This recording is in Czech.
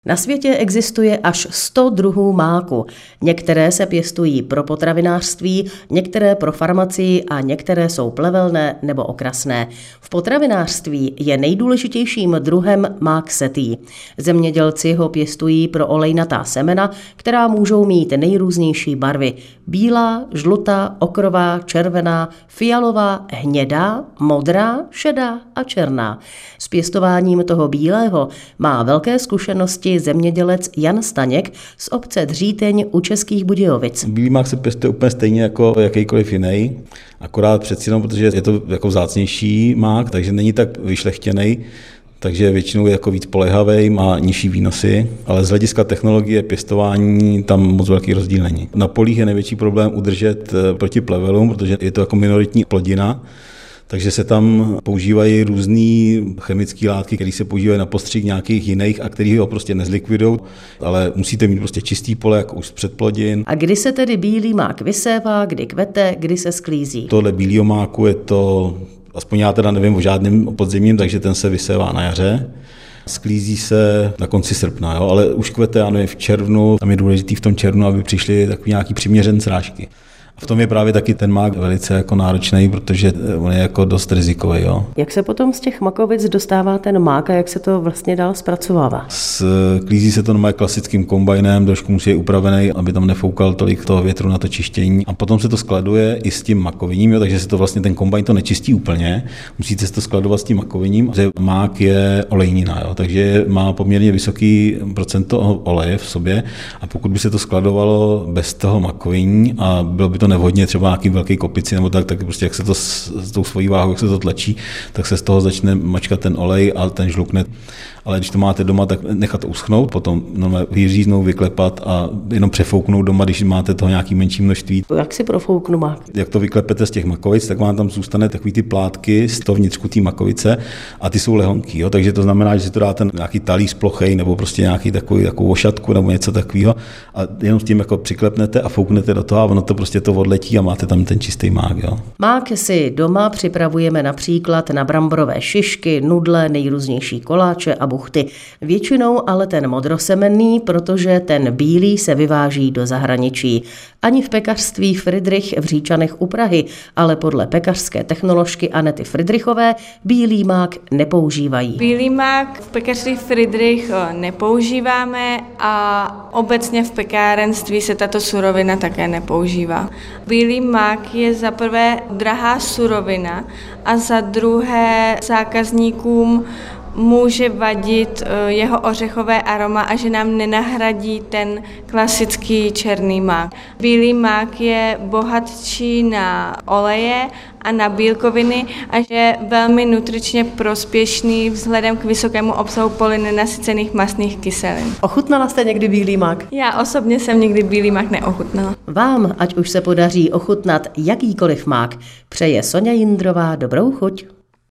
Na světě existuje až 100 druhů máku. Některé se pěstují pro potravinářství, některé pro farmacii a některé jsou plevelné nebo okrasné. V potravinářství je nejdůležitějším druhem mák setý. Zemědělci ho pěstují pro olejnatá semena, která můžou mít nejrůznější barvy. Bílá, žlutá, okrová, červená, fialová, hnědá, modrá, šedá a černá. S pěstováním toho bílého má velké zkušenosti zemědělec Jan Staněk z obce Dříteň u Českých Budějovic. Bílý mák se pěstuje úplně stejně jako jakýkoliv jiný, akorát přeci jenom, protože je to jako vzácnější mák, takže není tak vyšlechtěný, takže většinou je jako víc spolehavý, má nižší výnosy, ale z hlediska technologie pěstování tam moc velký rozdíl není. Na polích je největší problém udržet proti plevelům, protože je to jako minoritní plodina. Takže se tam používají různé chemické látky, které se používají na postřik nějakých jiných a které ho prostě nezlikvidují, ale musíte mít prostě čistý pole, jako už z předplodin. A kdy se tedy bílý mák vysévá, kdy kvete, kdy se sklízí? Tohle bílýho máku je to, aspoň já teda nevím o žádném podzimním, takže ten se vysévá na jaře. Sklízí se na konci srpna, jo? Ale už kvete, já nevím, v červnu, tam je důležitý v tom červnu, aby přišly takový nějaký přiměřený srážky. V tom je právě taky ten mák velice jako náročný, protože on je jako dost rizikový. Jo. Jak se potom z těch makovic dostává ten mák a jak se to vlastně dál zpracovává? Sklízí se to normálně klasickým kombajnem, trošku musí je upravený, aby tam nefoukal tolik toho větru na to čištění. A potom se to skladuje i s tím makoviním, jo, takže se to vlastně ten kombajn to nečistí úplně. Musíte se to skladovat s tím makoviním, protože mák je olejnina, jo, takže má poměrně vysoký procento oleje v sobě a pokud by se to skladovalo bez toho makoviní a bylo by to nevhodně třeba nějaký velký kopici nebo tak prostě jak se to s tou svojí váhou, jak se to tlačí, tak se z toho začne mačkat ten olej a ten žlukne. Ale když to máte doma, tak nechat to uschnout, potom vyříznout, vyklepat a jenom přefouknout doma, když máte toho nějaký menší množství. Jak si profouknu mák? Jak to vyklepete z těch makovic, tak vám tam zůstane takový ty plátky z toho vnitřku té makovice a ty jsou lehonký, jo? Takže to znamená, že si to dáte nějaký talíř plochej nebo prostě nějaký takovou ošatku nebo něco takového a jenom s tím jako přiklepnete a fouknete do toho a ono to prostě to odletí a máte tam ten čistý mák, jo. Mák si doma připravujeme například na bramborové šišky, nudle, nejrůznější koláče a buchty. Většinou ale ten modrosemenný, protože ten bílý se vyváží do zahraničí. Ani v pekařství Friedrich v Říčanech u Prahy, ale podle pekařské technoložky Anety Friedrichové bílý mák nepoužívají. Bílý mák v pekařství Friedrich nepoužíváme a obecně v pekárenství se tato surovina také nepoužívá. Bílý mák je za prvé drahá surovina a za druhé zákazníkům může vadit jeho ořechové aroma a že nám nenahradí ten klasický černý mák. Bílý mák je bohatší na oleje a na bílkoviny a je velmi nutričně prospěšný vzhledem k vysokému obsahu polynenasycených mastných kyselin. Ochutnala jste někdy bílý mák? Já osobně jsem nikdy bílý mák neochutnala. Vám, ať už se podaří ochutnat jakýkoliv mák, přeje Soňa Jindrová dobrou chuť.